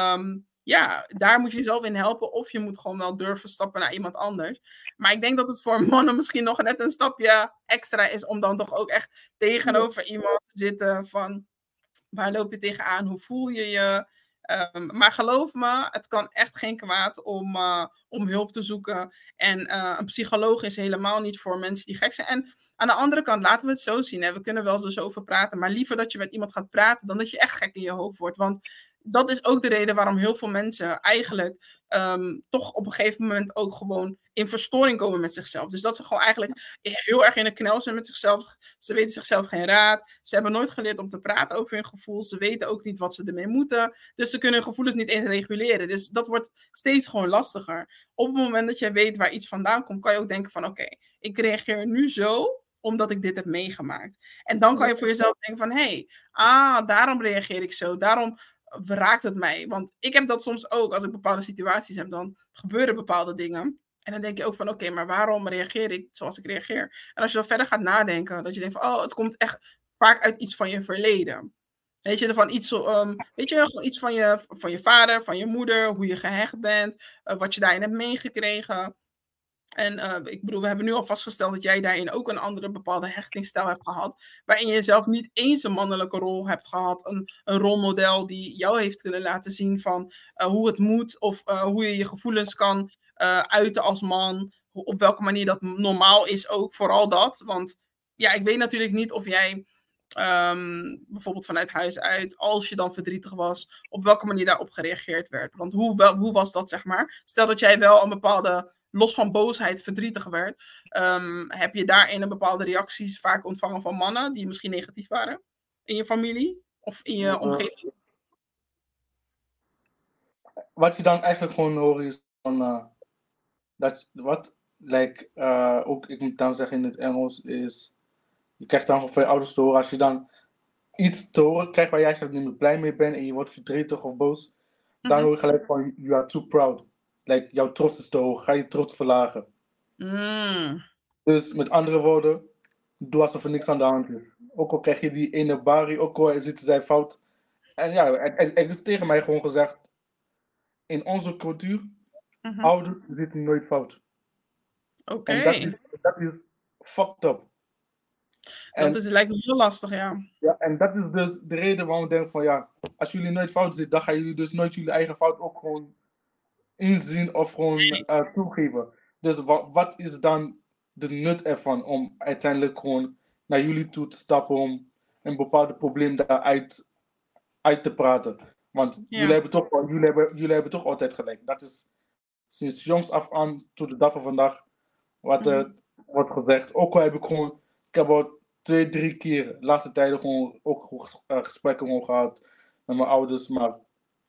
Speaker 1: daar moet je jezelf in helpen. Of je moet gewoon wel durven stappen naar iemand anders. Maar ik denk dat het voor mannen misschien nog net een stapje extra is om dan toch ook echt tegenover iemand te zitten van, waar loop je tegenaan? Hoe voel je je? Maar geloof me, het kan echt geen kwaad om hulp te zoeken. En een psycholoog is helemaal niet voor mensen die gek zijn. En aan de andere kant, laten we het zo zien. Hè? We kunnen wel dus over praten, maar liever dat je met iemand gaat praten dan dat je echt gek in je hoofd wordt. Want dat is ook de reden waarom heel veel mensen eigenlijk toch op een gegeven moment ook gewoon in verstoring komen met zichzelf. Dus dat ze gewoon eigenlijk heel erg in de knel zijn met zichzelf. Ze weten zichzelf geen raad. Ze hebben nooit geleerd om te praten over hun gevoel. Ze weten ook niet wat ze ermee moeten. Dus ze kunnen hun gevoelens niet eens reguleren. Dus dat wordt steeds gewoon lastiger. Op het moment dat jij weet waar iets vandaan komt, kan je ook denken van oké, ik reageer nu zo omdat ik dit heb meegemaakt. En dan kan je voor jezelf denken van hé, daarom reageer ik zo. Daarom raakt het mij. Want ik heb dat soms ook, als ik bepaalde situaties heb, dan gebeuren bepaalde dingen. En dan denk je ook van, oké, maar waarom reageer ik zoals ik reageer? En als je dan verder gaat nadenken, dat je denkt van, het komt echt vaak uit iets van je verleden. Weet je, van iets, weet je, gewoon iets van je vader, van je moeder, hoe je gehecht bent, wat je daarin hebt meegekregen. En ik bedoel, we hebben nu al vastgesteld dat jij daarin ook een andere bepaalde hechtingsstijl hebt gehad. Waarin je zelf niet eens een mannelijke rol hebt gehad. Een rolmodel die jou heeft kunnen laten zien van hoe het moet. Of hoe je je gevoelens kan uiten als man. Op welke manier dat normaal is ook. Vooral dat. Want ja, ik weet natuurlijk niet of jij bijvoorbeeld vanuit huis uit, als je dan verdrietig was, op welke manier daarop gereageerd werd. Want hoe was dat, zeg maar? Stel dat jij wel een bepaalde, los van boosheid, verdrietig werd. Heb je daarin een bepaalde reacties vaak ontvangen van mannen die misschien negatief waren? In je familie? Of in je omgeving?
Speaker 2: Wat je dan eigenlijk gewoon hoort is van, ook ik moet dan zeggen in het Engels, is je krijgt dan van je ouders te horen, als je dan iets te horen krijgt waar je eigenlijk niet meer blij mee bent en je wordt verdrietig of boos, dan hoor je gelijk van, you are too proud. Like, jouw trots is te hoog, ga je trots verlagen. Dus met andere woorden, doe alsof er niks aan de hand is. Ook al krijg je die ene barie, ook al zitten zij fout. En ja, er is tegen mij gewoon gezegd, in onze cultuur, ouders zitten nooit fout.
Speaker 1: Oké.
Speaker 2: En dat is fucked up.
Speaker 1: Dat lijkt me heel lastig, ja.
Speaker 2: Ja, en dat is dus de reden waarom ik denk van ja, als jullie nooit fout zitten, dan gaan jullie dus nooit jullie eigen fout ook gewoon inzien of gewoon toegeven. Dus wat is dan de nut ervan om uiteindelijk gewoon naar jullie toe te stappen om een bepaalde probleem daaruit uit te praten? Want jullie hebben toch altijd gelijk. Dat is sinds jongs af aan tot de dag van vandaag wat wordt gezegd. Ook al ik heb al 2-3 keer de laatste tijden gewoon ook gesprekken gewoon gehad met mijn ouders, maar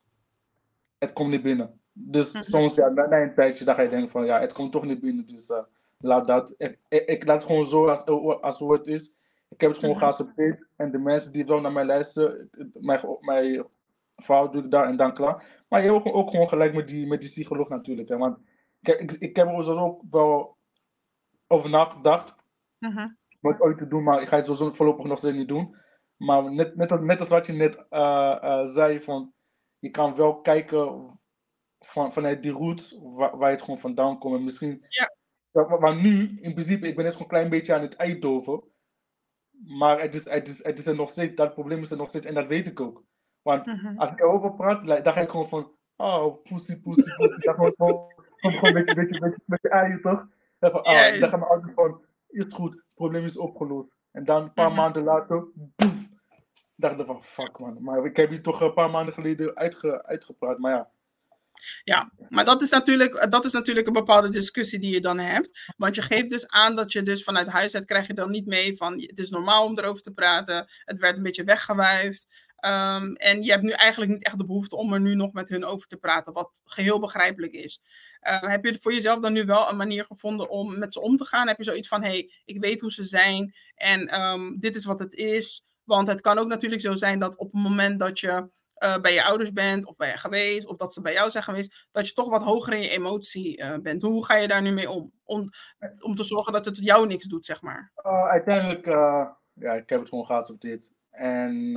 Speaker 2: het komt niet binnen. Dus soms, ja, na een tijdje, dan ga je denken van, ja, het komt toch niet binnen, dus laat dat. Ik laat het gewoon zo als hoe het is. Ik heb het gewoon geaccepteerd en de mensen die wel naar mij luisteren, mijn vrouw doe ik daar en dan klaar. Maar je hebt ook gewoon gelijk met die psycholoog natuurlijk, hè, want ik heb er ook wel over nagedacht. Wat ooit te doen, maar ik ga het zo voorlopig nog steeds niet doen. Maar net als wat je net zei, van je kan wel kijken vanuit die roots waar je het gewoon vandaan komt. En misschien, maar nu, in principe, ik ben net gewoon een klein beetje aan het Eindhoven. Maar het is er nog steeds, dat probleem is er nog steeds en dat weet ik ook. Want als ik erover praat, dan ga ik gewoon van, oh, poesie. Dan gewoon een beetje aaien, toch? Dan gaan mijn ouders van, is het goed, het probleem is opgelost. En dan een paar maanden later, boef, dacht ik van, fuck man. Maar ik heb hier toch een paar maanden geleden uitgepraat, maar ja.
Speaker 1: Ja, maar dat is natuurlijk een bepaalde discussie die je dan hebt. Want je geeft dus aan dat je dus vanuit huis uit krijg je dan niet mee van, het is normaal om erover te praten. Het werd een beetje weggewuifd. En je hebt nu eigenlijk niet echt de behoefte om er nu nog met hun over te praten, wat geheel begrijpelijk is. Heb je voor jezelf dan nu wel een manier gevonden om met ze om te gaan? Heb je zoiets van, hey, ik weet hoe ze zijn en dit is wat het is? Want het kan ook natuurlijk zo zijn dat op het moment dat je bij je ouders bent of ben je geweest, of dat ze bij jou zijn geweest, dat je toch wat hoger in je emotie bent. Hoe ga je daar nu mee om? Om te zorgen dat het jou niks doet, zeg maar.
Speaker 2: Uiteindelijk, ja, ik heb het gewoon geaccepteerd. En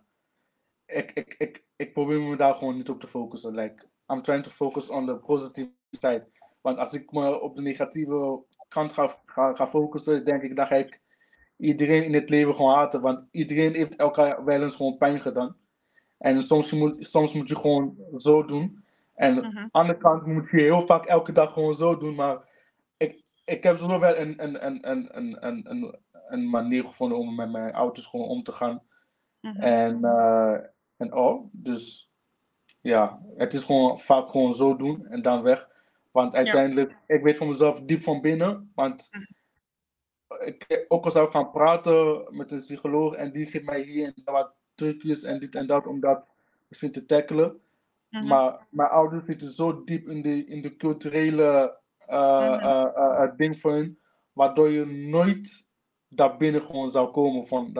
Speaker 2: ik probeer me daar gewoon niet op te focussen. Like, I'm trying to focus on the positive side. Want als ik me op de negatieve kant ga focussen, denk ik, dan ga ik iedereen in het leven gewoon haten. Want iedereen heeft elkaar wel eens gewoon pijn gedaan. En soms moet je gewoon zo doen. En aan de andere kant moet je heel vaak elke dag gewoon zo doen. Maar ik heb zo wel een manier gevonden om met mijn ouders gewoon om te gaan. En al. Dus ja, het is gewoon vaak gewoon zo doen en dan weg. Want uiteindelijk, ik weet van mezelf diep van binnen. Want ook al zou ik gaan praten met een psycholoog en die geeft mij hier en daar wat trucjes en dit en dat om dat misschien te tackelen. Maar mijn ouders zitten zo diep in de culturele ding van hun, waardoor je nooit daar binnen gewoon zou komen van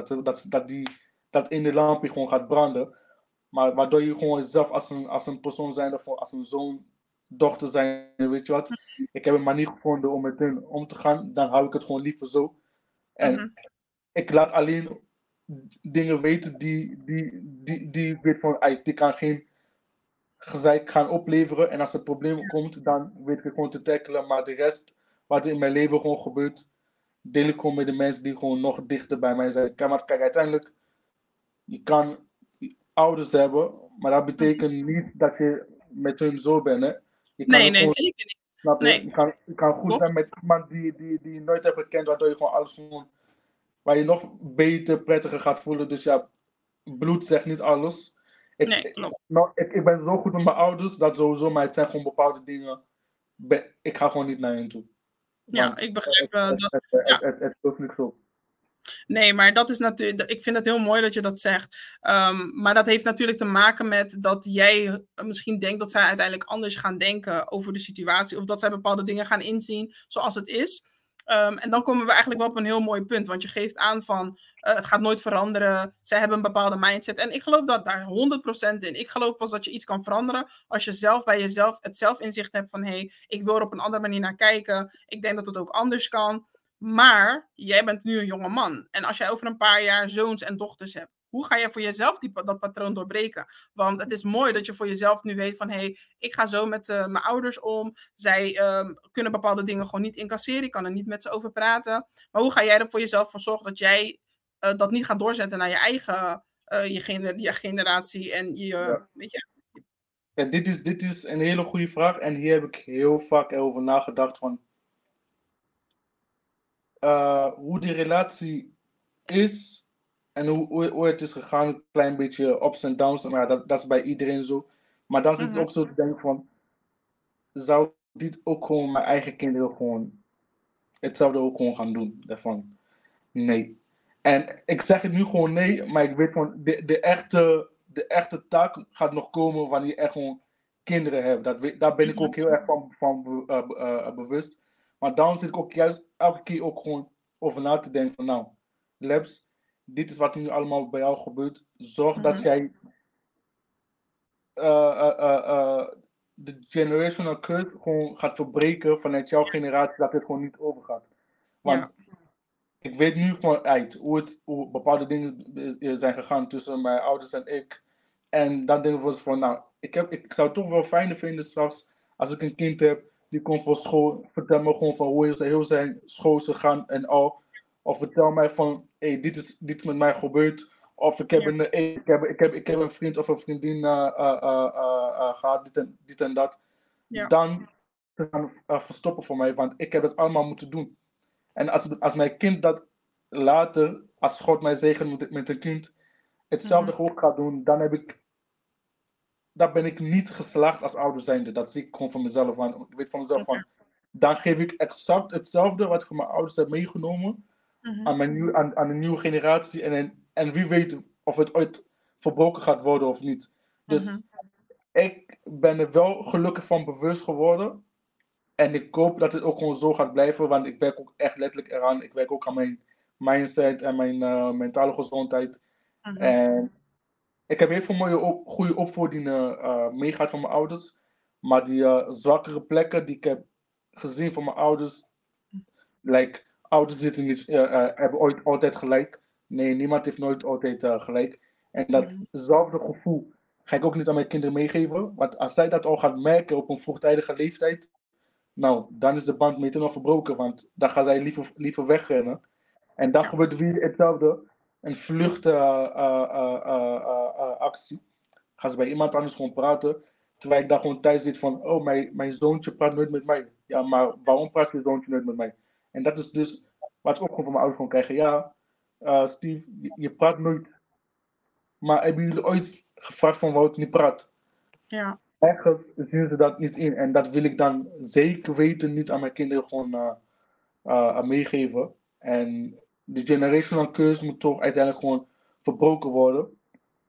Speaker 2: dat in de lampje gewoon gaat branden. Maar waardoor je gewoon zelf als een persoon zijn of als een zoon, dochter zijn, weet je wat. Ik heb een manier gevonden om met hun om te gaan, dan hou ik het gewoon liever zo. En ik laat alleen dingen weten die ik weet van, die kan geen gezeik gaan opleveren. En als er probleem komt, dan weet ik het gewoon te tackelen. Maar de rest, wat er in mijn leven gewoon gebeurt, deel ik gewoon met de mensen die gewoon nog dichter bij mij zijn. Kijk, uiteindelijk, je kan ouders hebben, maar dat betekent niet dat je met hun zo bent. Hè. Je kan
Speaker 1: Nee,
Speaker 2: gewoon,
Speaker 1: zeker niet.
Speaker 2: snap je?
Speaker 1: Nee.
Speaker 2: Je kan goed zijn met iemand die je nooit hebt gekend, waardoor je gewoon alles gewoon, waar je nog beter, prettiger gaat voelen. Dus ja, bloed zegt niet alles.
Speaker 1: Nee, klopt.
Speaker 2: Ik ben zo goed met mijn ouders, dat sowieso, maar het zijn gewoon bepaalde dingen. Ik ga gewoon niet naar hen toe.
Speaker 1: Ja, ik begrijp dat.
Speaker 2: Het is niks op.
Speaker 1: Nee, maar dat is natuurlijk. Ik vind het heel mooi dat je dat zegt. Maar dat heeft natuurlijk te maken met dat jij misschien denkt dat zij uiteindelijk anders gaan denken over de situatie. Of dat zij bepaalde dingen gaan inzien zoals het is. En dan komen we eigenlijk wel op een heel mooi punt. Want je geeft aan van het gaat nooit veranderen. Zij hebben een bepaalde mindset. En ik geloof daar 100% in. Ik geloof pas dat je iets kan veranderen als je zelf bij jezelf het zelfinzicht hebt van hey, ik wil er op een andere manier naar kijken. Ik denk dat het ook anders kan. Maar jij bent nu een jonge man. En als jij over een paar jaar zoons en dochters hebt, hoe ga je voor jezelf dat patroon doorbreken? Want het is mooi dat je voor jezelf nu weet van hey, ik ga zo met mijn ouders om. Zij kunnen bepaalde dingen gewoon niet incasseren. Ik kan er niet met ze over praten. Maar hoe ga jij er voor jezelf voor zorgen dat jij dat niet gaat doorzetten naar je eigen je generatie en weet je?
Speaker 2: Ja, dit is een hele goede vraag en hier heb ik heel vaak over nagedacht van hoe die relatie is en hoe het is gegaan, een klein beetje ups en downs, maar dat is bij iedereen zo. Maar dan zit het ook zo te denken van, zou dit ook gewoon mijn eigen kinderen gewoon hetzelfde ook gewoon gaan doen? Daarvan, nee. En ik zeg het nu gewoon nee, maar ik weet van, de echte taak gaat nog komen wanneer je echt gewoon kinderen hebt. Daar ben ik ook heel erg van bewust. Maar dan zit ik ook juist elke keer ook gewoon over na te denken van nou, Lebs, dit is wat er nu allemaal bij jou gebeurt. Zorg dat jij de generational curse gewoon gaat verbreken vanuit jouw generatie, dat het gewoon niet overgaat. Want ik weet nu gewoon uit hoe bepaalde dingen zijn gegaan tussen mijn ouders en ik. En dan denk ik van, nou, ik zou het toch wel fijner vinden straks, als ik een kind heb, die komt voor school, vertel me gewoon van hoe is heel zijn school gegaan en al. Of vertel mij van, hey, dit is met mij gebeurd. Of ik heb een vriend of een vriendin gehad, dit en dat. Dan gaan verstoppen voor mij, want ik heb het allemaal moeten doen. En als mijn kind dat later, als God mij zegent met een kind, hetzelfde ook gaat doen, dan ben ik niet geslaagd als ouder zijnde. Dat zie ik gewoon van mezelf. Want ik weet van mezelf van, dan geef ik exact hetzelfde wat ik van mijn ouders heb meegenomen aan de nieuwe generatie. En wie weet of het ooit verbroken gaat worden of niet. Dus ik ben er wel gelukkig van bewust geworden. En ik hoop dat het ook gewoon zo gaat blijven, want ik werk ook echt letterlijk eraan. Ik werk ook aan mijn mindset en mijn mentale gezondheid. En ik heb heel veel mooie, goede opvoedingen meegehad van mijn ouders. Maar die zwakkere plekken die ik heb gezien van mijn ouders, like, ouders zitten niet, hebben altijd gelijk. Nee, niemand heeft nooit altijd gelijk. En datzelfde gevoel ga ik ook niet aan mijn kinderen meegeven. Want als zij dat al gaan merken op een vroegtijdige leeftijd, nou, dan is de band meteen al verbroken. Want dan gaan zij liever wegrennen. En dan gebeurt weer hetzelfde. Een vluchtactie. Gaan ze bij iemand anders gewoon praten. Terwijl ik daar gewoon thuis zit van, oh, mijn zoontje praat nooit met mij. Ja, maar waarom praat je zoontje nooit met mij? En dat is dus wat ik ook gewoon van mijn ouders gewoon krijgen. Ja, Steve, je praat nooit. Maar hebben jullie ooit gevraagd van waarom ik niet praat?
Speaker 1: Ja.
Speaker 2: Ergens zien ze dat niet in. En dat wil ik dan zeker weten niet aan mijn kinderen gewoon meegeven. En die generational curse moet toch uiteindelijk gewoon verbroken worden.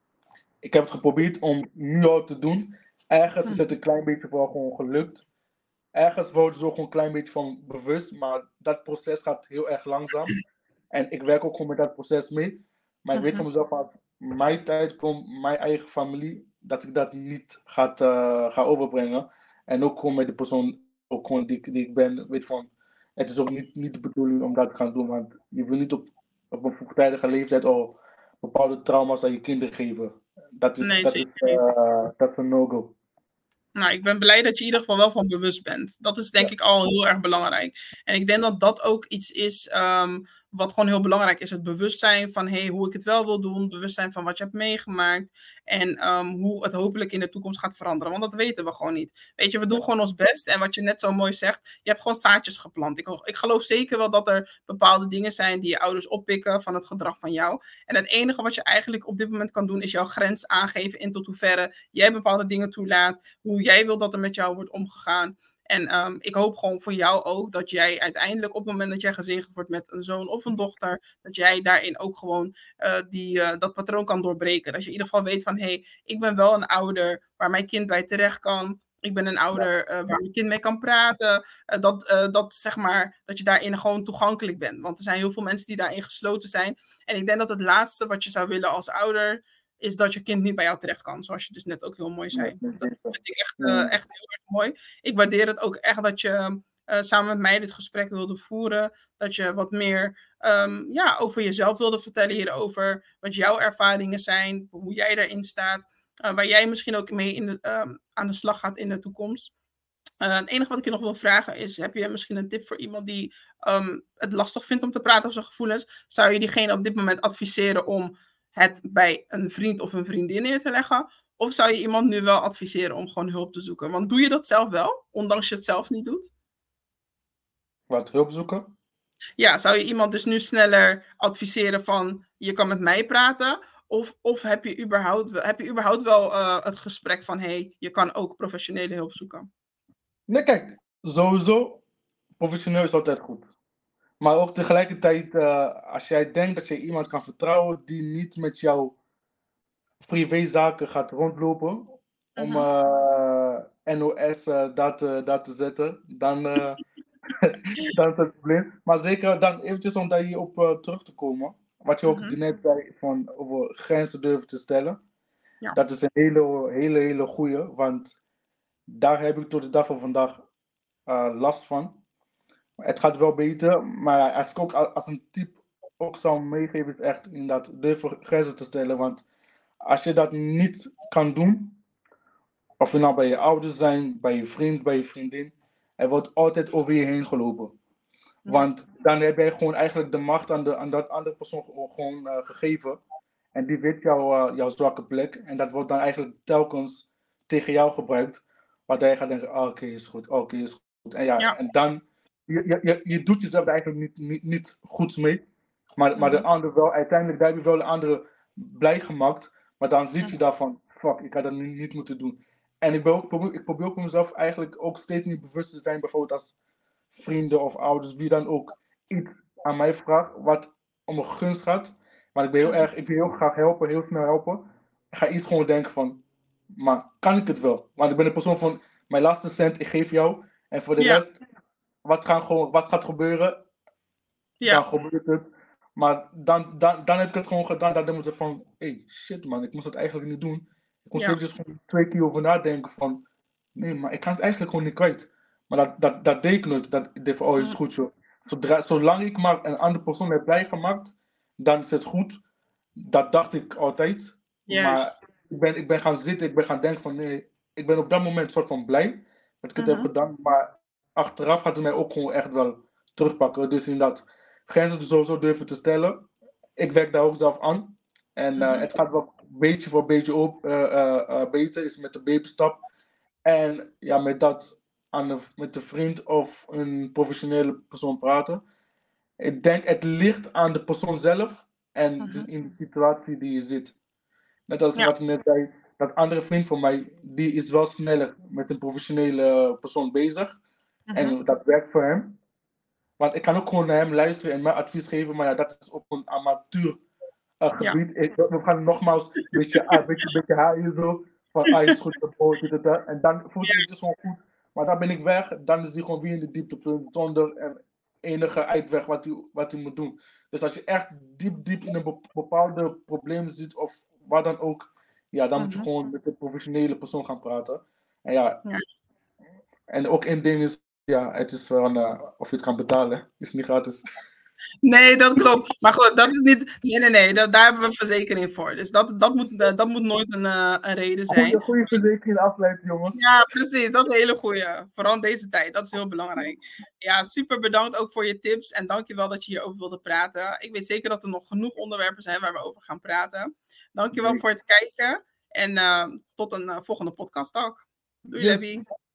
Speaker 2: Ik heb het geprobeerd om nu al te doen. Ergens is het een klein beetje wel gewoon gelukt. Ergens worden ze ook gewoon een klein beetje van bewust. Maar dat proces gaat heel erg langzaam. En ik werk ook gewoon met dat proces mee. Maar ik weet van mezelf, als mijn tijd komt, mijn eigen familie, dat ik dat niet ga overbrengen. En ook gewoon met de persoon ook gewoon die ik ben, weet van, het is ook niet de bedoeling om dat te gaan doen. Want je wil niet op een vroegtijdige leeftijd al bepaalde trauma's aan je kinderen geven. Dat is een no-go.
Speaker 1: Nou, ik ben blij dat je in ieder geval wel van bewust bent. Dat is denk ik al heel erg belangrijk. En ik denk dat dat ook iets is wat gewoon heel belangrijk is. Het bewustzijn van hoe ik het wel wil doen. Bewustzijn van wat je hebt meegemaakt. En hoe het hopelijk in de toekomst gaat veranderen. Want dat weten we gewoon niet. Weet je, we doen gewoon ons best. En wat je net zo mooi zegt, je hebt gewoon zaadjes geplant. Ik geloof zeker wel dat er bepaalde dingen zijn die je ouders oppikken van het gedrag van jou. En het enige wat je eigenlijk op dit moment kan doen, is jouw grens aangeven in tot hoeverre jij bepaalde dingen toelaat. Hoe jij wil dat er met jou wordt omgegaan. En ik hoop gewoon voor jou ook dat jij uiteindelijk op het moment dat jij gezegend wordt met een zoon of een dochter, dat jij daarin ook gewoon dat patroon kan doorbreken. Dat je in ieder geval weet van, ik ben wel een ouder waar mijn kind bij terecht kan. Ik ben een ouder waar mijn kind mee kan praten. Zeg maar, dat je daarin gewoon toegankelijk bent. Want er zijn heel veel mensen die daarin gesloten zijn. En ik denk dat het laatste wat je zou willen als ouder is dat je kind niet bij jou terecht kan. Zoals je dus net ook heel mooi zei. Dat vind ik echt heel erg mooi. Ik waardeer het ook echt dat je samen met mij dit gesprek wilde voeren. Dat je wat meer over jezelf wilde vertellen hierover. Wat jouw ervaringen zijn. Hoe jij daarin staat. Waar jij misschien ook mee aan de slag gaat in de toekomst. Het enige wat ik je nog wil vragen is, heb je misschien een tip voor iemand die het lastig vindt om te praten over zijn gevoelens? Zou je diegene op dit moment adviseren om het bij een vriend of een vriendin neer te leggen? Of zou je iemand nu wel adviseren om gewoon hulp te zoeken? Want doe je dat zelf wel, ondanks je het zelf niet doet?
Speaker 2: Wat, hulp zoeken?
Speaker 1: Ja, zou je iemand dus nu sneller adviseren van, je kan met mij praten? Of heb je überhaupt wel het gesprek van, je kan ook professionele hulp zoeken?
Speaker 2: Nee, kijk, sowieso, professioneel is altijd goed. Maar ook tegelijkertijd, als jij denkt dat je iemand kan vertrouwen die niet met jouw privézaken gaat rondlopen, om NOS daar te zetten, dan is dat het probleem. Maar zeker dan eventjes om daar hierop terug te komen, wat je ook net zei, van over grenzen durven te stellen.
Speaker 1: Ja.
Speaker 2: Dat is een hele goeie, want daar heb ik tot de dag van vandaag last van. Het gaat wel beter, maar als ik ook als een tip ook zou meegeven, is echt inderdaad durven grenzen te stellen. Want als je dat niet kan doen, of je nou bij je ouders zijn, bij je vriend, bij je vriendin, er wordt altijd over je heen gelopen. Want dan heb jij gewoon eigenlijk de macht aan dat andere persoon gewoon gegeven. En die weet jouw zwakke plek. En dat wordt dan eigenlijk telkens tegen jou gebruikt. Waardoor je gaat denken, oké, is goed, oké, is goed. En en dan, je doet jezelf eigenlijk niet goed mee. Maar de ander wel, uiteindelijk daar heb je wel de andere blij gemaakt. Maar dan zie je daarvan, fuck, ik had dat niet moeten doen. En ik probeer ook mezelf eigenlijk ook steeds meer bewust te zijn, bijvoorbeeld als vrienden of ouders, wie dan ook iets aan mij vraagt wat om een gunst gaat. Maar ik wil heel graag helpen, heel snel helpen. ik ga eerst gewoon denken van, maar kan ik het wel? Want ik ben een persoon van, mijn laatste cent, ik geef jou. En voor de
Speaker 1: Ja,
Speaker 2: rest, wat gaat gebeuren, dan
Speaker 1: ja.
Speaker 2: gebeurt het. Maar dan heb ik het gewoon gedaan. Dan denk ik van, hey, shit man, ik moest het eigenlijk niet doen. Ik moest
Speaker 1: Ja.
Speaker 2: eventjes gewoon 2 keer over nadenken van, nee, maar ik kan het eigenlijk gewoon niet kwijt. Maar dat deed ik nooit. Dat, ik dacht van, oh, is goed joh. Zolang ik maar een andere persoon heb blij gemaakt, dan is het goed. Dat dacht ik altijd. Maar
Speaker 1: Juist.
Speaker 2: ik ben gaan zitten, ik ben gaan denken van, nee, ik ben op dat moment soort van blij dat ik het heb gedaan. Maar achteraf gaat het mij ook gewoon echt wel terugpakken. Dus inderdaad, grenzen sowieso durven te stellen. Ik werk daar ook zelf aan. En het gaat wel beetje voor beetje op, beter, is met de baby-stap. En ja, met dat met een vriend of een professionele persoon praten. Ik denk het ligt aan de persoon zelf en dus in de situatie die je zit. Net als
Speaker 1: Ja.
Speaker 2: wat ik net zei, dat andere vriend van mij, die is wel sneller met een professionele persoon bezig. En dat werkt voor hem. Want ik kan ook gewoon naar hem luisteren en mijn advies geven, maar ja, dat is op een amateur
Speaker 1: Ja.
Speaker 2: gebied. We gaan nogmaals een beetje haaien zo. Van, is goed, dat. En dan voelt hij het dus gewoon goed. Maar dan ben ik weg, dan is hij gewoon weer in de dieptepunt, zonder enige uitweg wat hij moet doen. Dus als je echt diep in een bepaalde probleem zit, of wat dan ook, ja, dan moet je gewoon met een professionele persoon gaan praten. En ja,
Speaker 1: Juist.
Speaker 2: en ook één ding is, ja, het is van, of je het kan betalen, is niet gratis.
Speaker 1: Nee, dat klopt. Maar goed, dat is niet. Nee. Daar hebben we verzekering voor. Dus dat moet nooit een reden zijn.
Speaker 2: Goede verzekering afleiden, jongens.
Speaker 1: Ja, precies. Dat is een hele goeie. Vooral in deze tijd. Dat is heel belangrijk. Ja, super bedankt ook voor je tips. En dankjewel dat je hierover wilde praten. Ik weet zeker dat er nog genoeg onderwerpen zijn waar we over gaan praten. Dankjewel voor het kijken. En tot een volgende podcast talk. Doei,
Speaker 2: Yes.
Speaker 1: Lebby.